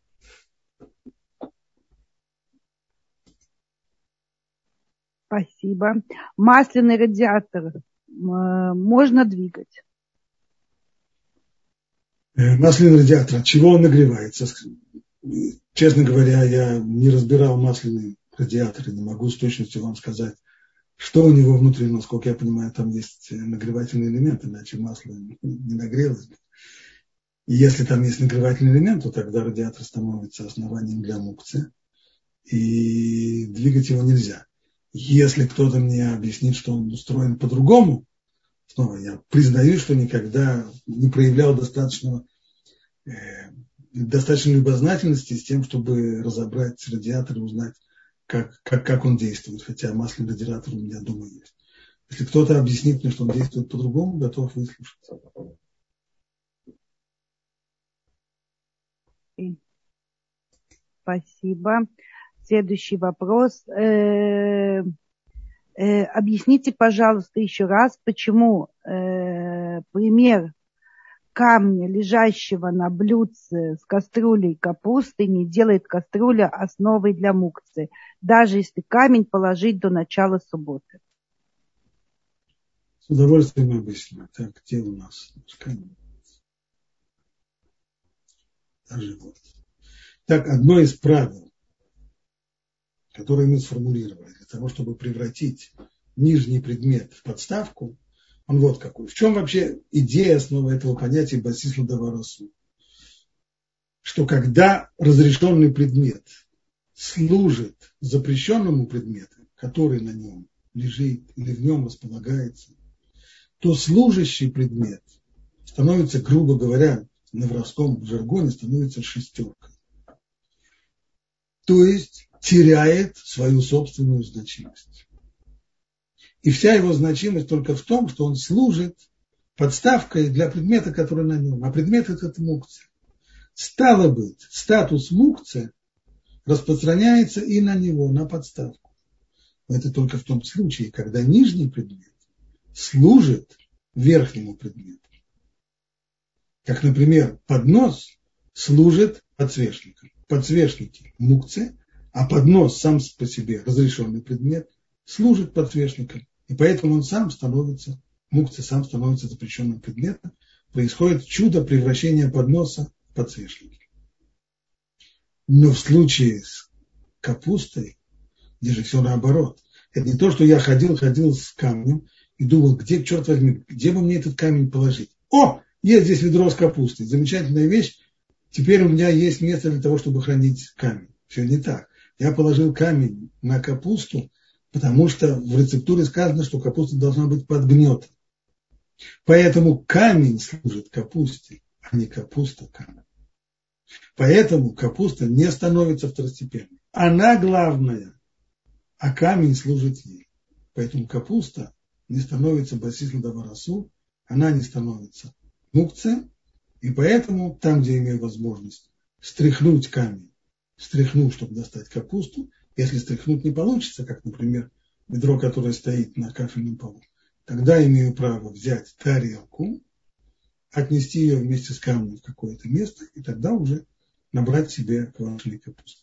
Спасибо. Масляный радиатор можно двигать? Масляный радиатор, от чего он нагревается? Честно говоря, я не разбирал масляный радиатор и не могу с точностью вам сказать, что у него внутри. Насколько я понимаю, там есть нагревательный элемент, иначе масло не нагрелось бы. И если там есть нагревательный элемент, то тогда радиатор становится основанием для мукции, и двигать его нельзя. Если кто-то мне объяснит, что он устроен по-другому, снова я признаю, что никогда не проявлял достаточного, э, достаточной любознательности с тем, чтобы разобрать радиатор и узнать, как, как, как он действует. Хотя масляный радиатор у меня дома есть. Если кто-то объяснит мне, что он действует по-другому, готов выслушать. Спасибо. Следующий вопрос. Э, э, объясните, пожалуйста, еще раз, почему э, пример камня, лежащего на блюдце с кастрюлей капусты, не делает кастрюля основой для мукцы, даже если камень положить до начала субботы. С удовольствием объясню. Так, где у нас камень? Даже вот. Так, одно из правил, которое мы сформулировали для того, чтобы превратить нижний предмет в подставку, он вот какой. В чем вообще идея, основа этого понятия басис ладаварасу? Что когда разрешенный предмет служит запрещенному предмету, который на нем лежит или в нем располагается, то служащий предмет становится, грубо говоря, на воровском жаргоне становится шестеркой. То есть теряет свою собственную значимость. И вся его значимость только в том, что он служит подставкой для предмета, который на нем. А предмет этот мукция. Стало быть, статус мукция распространяется и на него, на подставку. Но это только в том случае, когда нижний предмет служит верхнему предмету. Как, например, поднос служит подсвечником. Подсвечники мукция, а поднос сам по себе, разрешенный предмет, служит подсвечником. И поэтому он сам становится, мукция сам становится запрещенным предметом. Происходит чудо превращения подноса в подсвечники. Но в случае с капустой, где же все наоборот. Это не то, что я ходил, ходил с камнем и думал, где, черт возьми, где бы мне этот камень положить. О, есть здесь ведро с капустой. Замечательная вещь. Теперь у меня есть место для того, чтобы хранить камень. Все не так. Я положил камень на капусту, потому что в рецептуре сказано, что капуста должна быть под гнетом. Поэтому камень служит капусте, а не капуста камень. Поэтому капуста не становится второстепенной. Она главная, а камень служит ей. Поэтому капуста не становится басис ладаварасу, она не становится мукция, и поэтому там, где имею возможность стряхнуть камень, стряхну, чтобы достать капусту. Если стряхнуть не получится, как, например, ведро, которое стоит на кафельном полу, тогда имею право взять тарелку, отнести ее вместе с камнем в какое-то место, и тогда уже набрать себе квашеной капусты.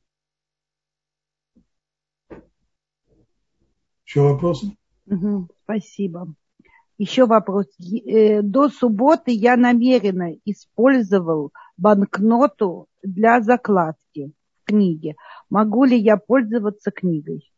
Еще вопросы? Угу, спасибо. Еще вопрос. До субботы я намеренно использовал банкноту для закладки в книге. Могу ли я пользоваться книгой?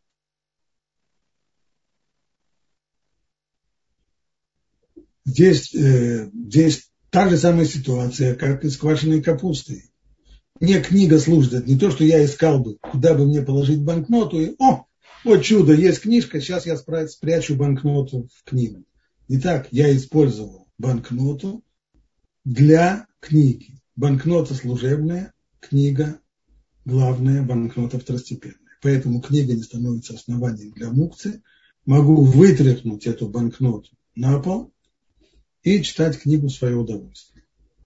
Здесь, э, здесь та же самая ситуация, как и с квашеной капустой. Мне книга служит. Это не то, что я искал бы, куда бы мне положить банкноту. И, о, вот чудо, есть книжка, сейчас я спрячу банкноту в книгу. Итак, я использовал банкноту для книги. Банкнота служебная, книга главная, банкнота второстепенная. Поэтому книга не становится основанием для мукции. Могу вытряхнуть эту банкноту на пол и читать книгу в свое удовольствие.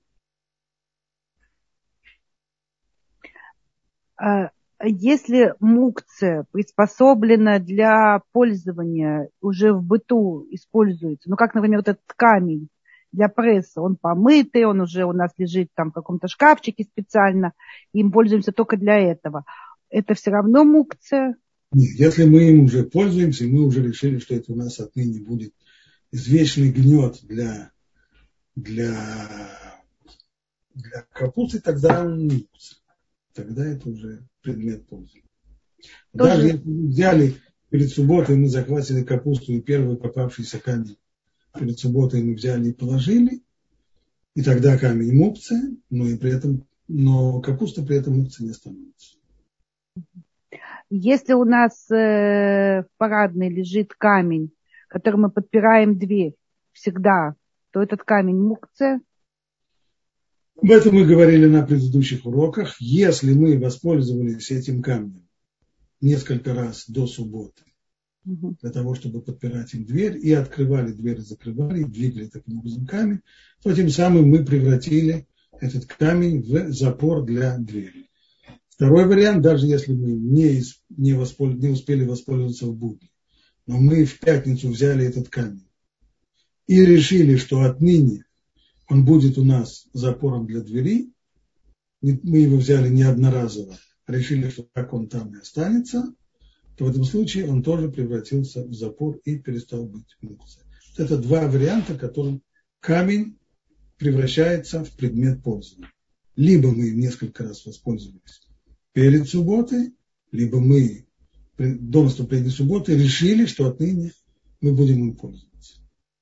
Если мукция приспособлена для пользования, уже в быту используется, ну как, например, вот этот камень для пресса, он помытый, он уже у нас лежит там в каком-то шкафчике специально, им пользуемся только для этого. Это все равно мукция? Нет, если мы им уже пользуемся, мы уже решили, что это у нас отныне будет извечный гнет для, для, для капусты, тогда он не мукция. Тогда это уже предмет пользования. Даже если мы взяли перед субботой, мы захватили капусту и первый попавшийся камень перед субботой мы взяли и положили, и тогда камень мукция, но, и при этом, но капуста при этом мукция не становится. Если у нас э, в парадной лежит камень, которым мы подпираем дверь всегда, то этот камень мукция? Об этом мы говорили на предыдущих уроках. Если мы воспользовались этим камнем несколько раз до субботы, угу. для того, чтобы подпирать им дверь, и открывали дверь, и закрывали, и двигали таким образом камень, то тем самым мы превратили этот камень в запор для двери. Второй вариант, даже если мы не, не, воспол... не успели воспользоваться в будни, но мы в пятницу взяли этот камень и решили, что отныне он будет у нас запором для двери, мы его взяли не одноразово, а решили, что так он там и останется, то в этом случае он тоже превратился в запор и перестал быть мукце. Это два варианта, которым камень превращается в предмет пользования. Либо мы им несколько раз воспользовались перед субботой, либо мы до наступления субботы решили, что отныне мы будем им пользоваться.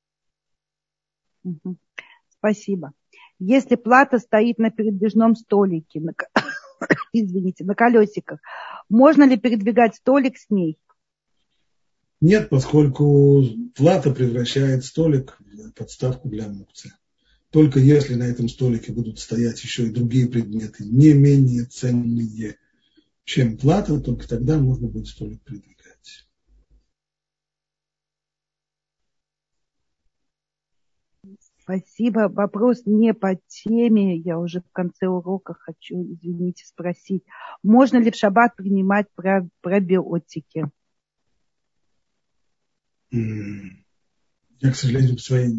Спасибо. Если плата стоит на передвижном столике, на, извините, на колесиках, можно ли передвигать столик с ней? Нет, поскольку плата превращает столик в подставку для мукцы. Только если на этом столике будут стоять еще и другие предметы, не менее ценные, чем плата, только тогда можно будет столик передвигать. Спасибо. Вопрос не по теме. Я уже в конце урока хочу, извините, спросить. Можно ли в шаббат принимать пробиотики? Я, к сожалению, в своей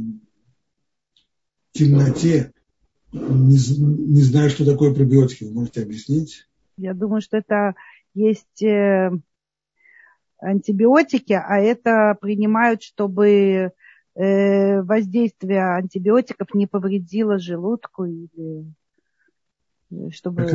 темноте не, не знаю, что такое пробиотики. Вы можете объяснить? Я думаю, что это есть антибиотики, а это принимают, чтобы воздействие антибиотиков не повредило желудку или чтобы...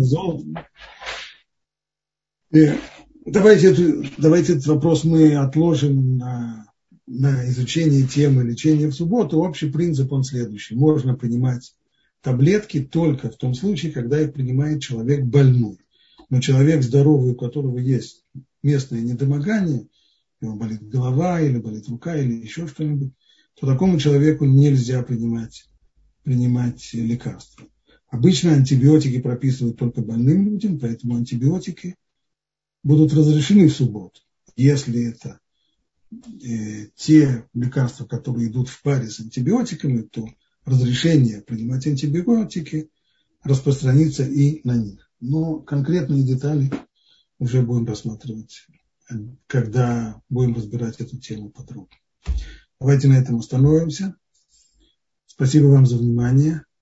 Давайте, эту, давайте этот вопрос мы отложим на, на изучение темы лечения в субботу. Общий принцип он следующий. Можно принимать таблетки только в том случае, когда их принимает человек больной. Но человек здоровый, у которого есть местное недомогание, у него болит голова, или болит рука, или еще что-нибудь, то такому человеку нельзя принимать, принимать лекарства. Обычно антибиотики прописывают только больным людям, поэтому антибиотики будут разрешены в субботу. Если это э, те лекарства, которые идут в паре с антибиотиками, то разрешение принимать антибиотики распространится и на них. Но конкретные детали уже будем рассматривать, когда будем разбирать эту тему подробно. Давайте на этом остановимся. Спасибо вам за внимание.